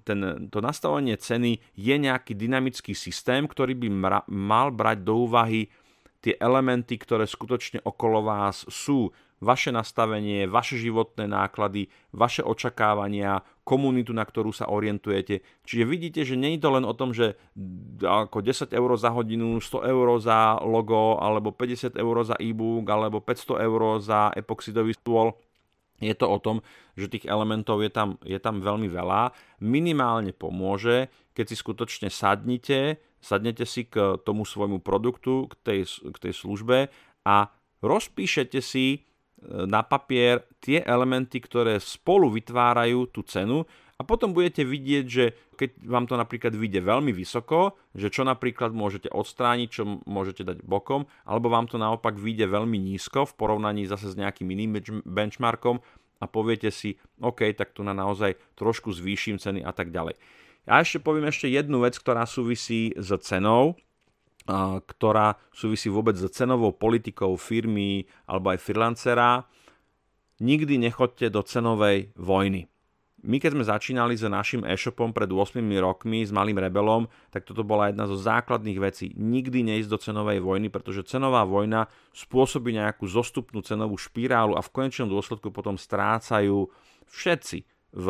to nastavenie ceny je nejaký dynamický systém, ktorý by mal brať do úvahy tie elementy, ktoré skutočne okolo vás sú. Vaše nastavenie, vaše životné náklady, vaše očakávania, komunitu, na ktorú sa orientujete. Čiže vidíte, že nie je to len o tom, že ako 10 € za hodinu, 100 € za logo, alebo 50 € za e-book, alebo 500 € za epoxidový stôl. Je to o tom, že tých elementov je tam veľmi veľa. Minimálne pomôže, keď si skutočne sadnete si k tomu svojmu produktu, k tej službe a rozpíšete si na papier tie elementy, ktoré spolu vytvárajú tú cenu a potom budete vidieť, že keď vám to napríklad vyjde veľmi vysoko, že čo napríklad môžete odstrániť, čo môžete dať bokom, alebo vám to naopak vyjde veľmi nízko v porovnaní zase s nejakým iným benchmarkom a poviete si, OK, tak tu naozaj trošku zvýšim ceny a tak ďalej. Ja poviem ešte jednu vec, ktorá súvisí s cenou, ktorá súvisí vôbec s cenovou politikou firmy alebo aj freelancera. Nikdy nechoďte do cenovej vojny. My keď sme začínali s našim e-shopom pred 8 rokmi s Malým rebelom, tak toto bola jedna zo základných vecí. Nikdy neísť do cenovej vojny, pretože cenová vojna spôsobí nejakú zostupnú cenovú špirálu a v konečnom dôsledku potom strácajú všetci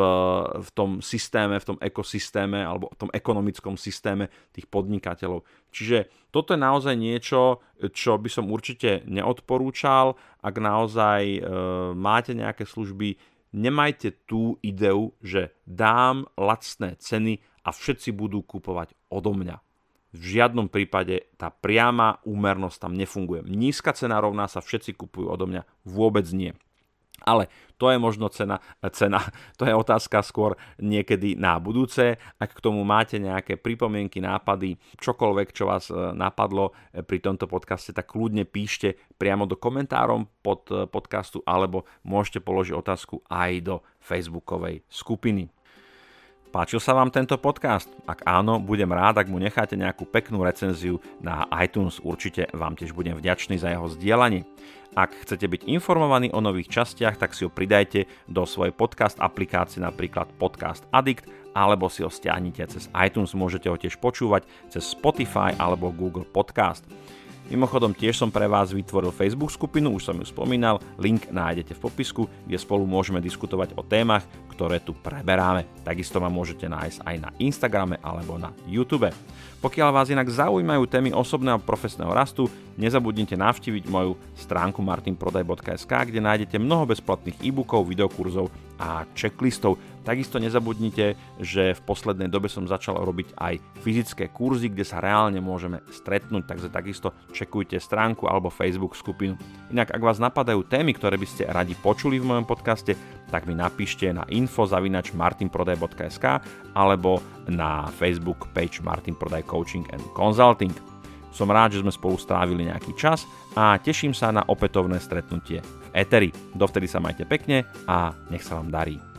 v tom systéme, v tom ekosystéme alebo v tom ekonomickom systéme tých podnikateľov. Čiže toto je naozaj niečo, čo by som určite neodporúčal. Ak naozaj máte nejaké služby, nemajte tú ideu, že dám lacné ceny a všetci budú kupovať odo mňa. V žiadnom prípade tá priama úmernosť tam nefunguje. Nízka cena rovná sa všetci kupujú odo mňa, vôbec nie. Ale to je možno cena, to je otázka skôr niekedy na budúce. Ak k tomu máte nejaké pripomienky, nápady, čokoľvek, čo vás napadlo pri tomto podcaste, tak kľudne píšte priamo do komentárov pod podcastu alebo môžete položiť otázku aj do facebookovej skupiny. Páčil sa vám tento podcast? Ak áno, budem rád, ak mu necháte nejakú peknú recenziu na iTunes. Určite vám tiež budem vďačný za jeho zdieľanie. Ak chcete byť informovaní o nových častiach, tak si ho pridajte do svojej podcast aplikácie, napríklad Podcast Addict, alebo si ho stiahnite cez iTunes. Môžete ho tiež počúvať cez Spotify alebo Google Podcast. Mimochodom, tiež som pre vás vytvoril Facebook skupinu, už som ju spomínal, link nájdete v popisku, kde spolu môžeme diskutovať o témach, ktoré tu preberáme. Takisto ma môžete nájsť aj na Instagrame alebo na YouTube. Pokiaľ vás inak zaujímajú témy osobného a profesného rastu, nezabudnite navštíviť moju stránku martinprodaj.sk, kde nájdete mnoho bezplatných e-bookov, videokurzov a checklistov. Takisto nezabudnite, že v poslednej dobe som začal robiť aj fyzické kurzy, kde sa reálne môžeme stretnúť, takže takisto čekujte stránku alebo Facebook skupinu. Inak ak vás napadajú témy, ktoré by ste radi počuli v mojom podcaste, tak mi napíšte na info@martinprodaj.sk alebo na Facebook page Martin Prodaj Coaching and Consulting. Som rád, že sme spolu strávili nejaký čas a teším sa na opätovné stretnutie v eteri. Dovtedy sa majte pekne a nech sa vám darí.